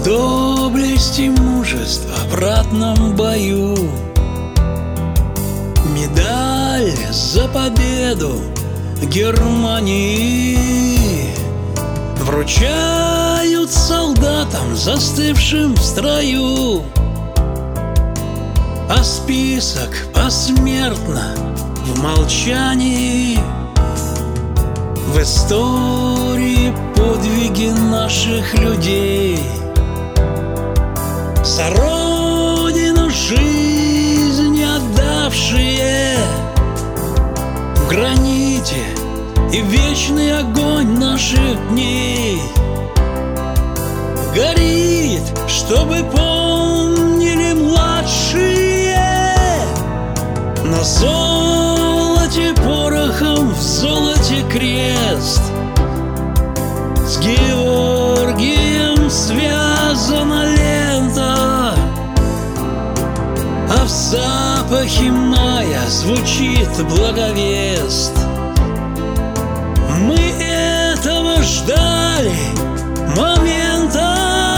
доблесть и мужество в ратном бою. Медаль за победу Германии вручают солдатам, застывшим в строю. А список посмертно в молчании в истории подвиги наших людей. За Родину жизнь отдавшие, в граните и вечный огонь наших дней горит, чтобы помнили младшие. На золоте порохом в золоте крест, с Георгием связана лента, а в запахе мая звучит благовест. Мы этого ждали момента.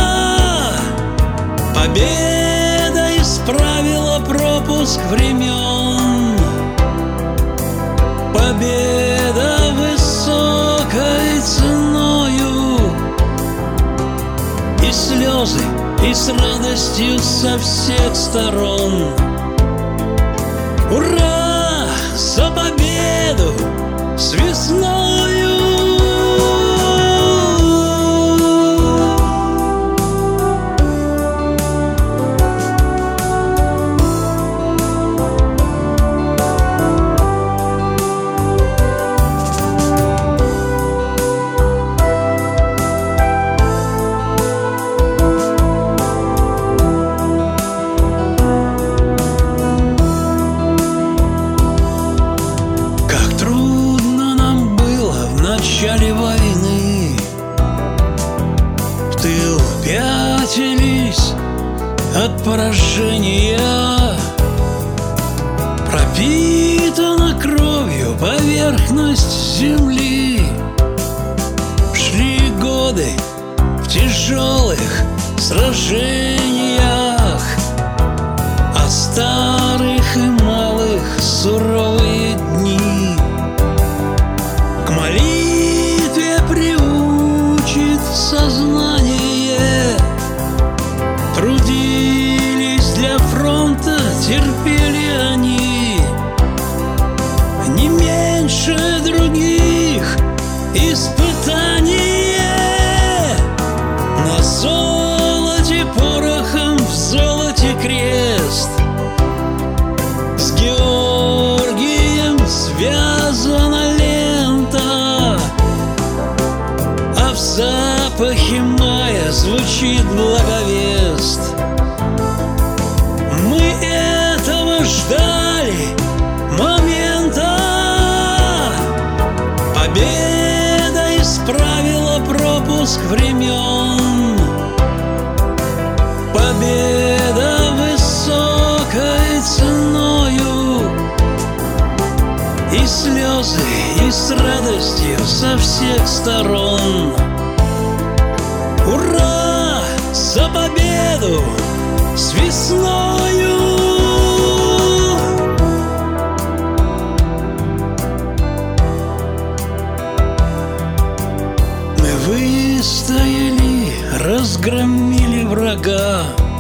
Победа исправила пропуск времен. Победа высокой ценою. И слезы, и с радостью со всех сторон. Ура! За победу с весною! В начале войны в тыл пятились от поражения. Пропитана кровью поверхность земли. Шли годы в тяжелых сражениях, а старых и малых суровые дни к молитве приучит сознание. Трудились для фронта, терпели они не меньше других испытание. На золоте порохом в золоте крест, с Георгием связана лента, а в запахе мая звучит благовест. Мы этого ждали момента. Победа исправила пропуск времен. Победа высокой ценою. И слезы, и с радостью со всех сторон. Ура! За победу с весною! Мы выстояли, разгромили врага,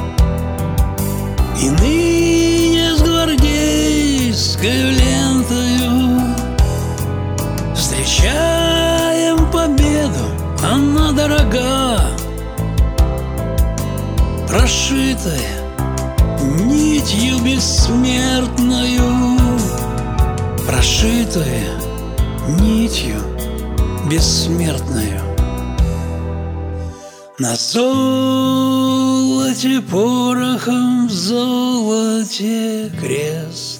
и ныне с гвардейской лентою встречаем победу, она дорога, прошитая нитью бессмертною, прошитая нитью бессмертною. На золоте порохом в золоте крест.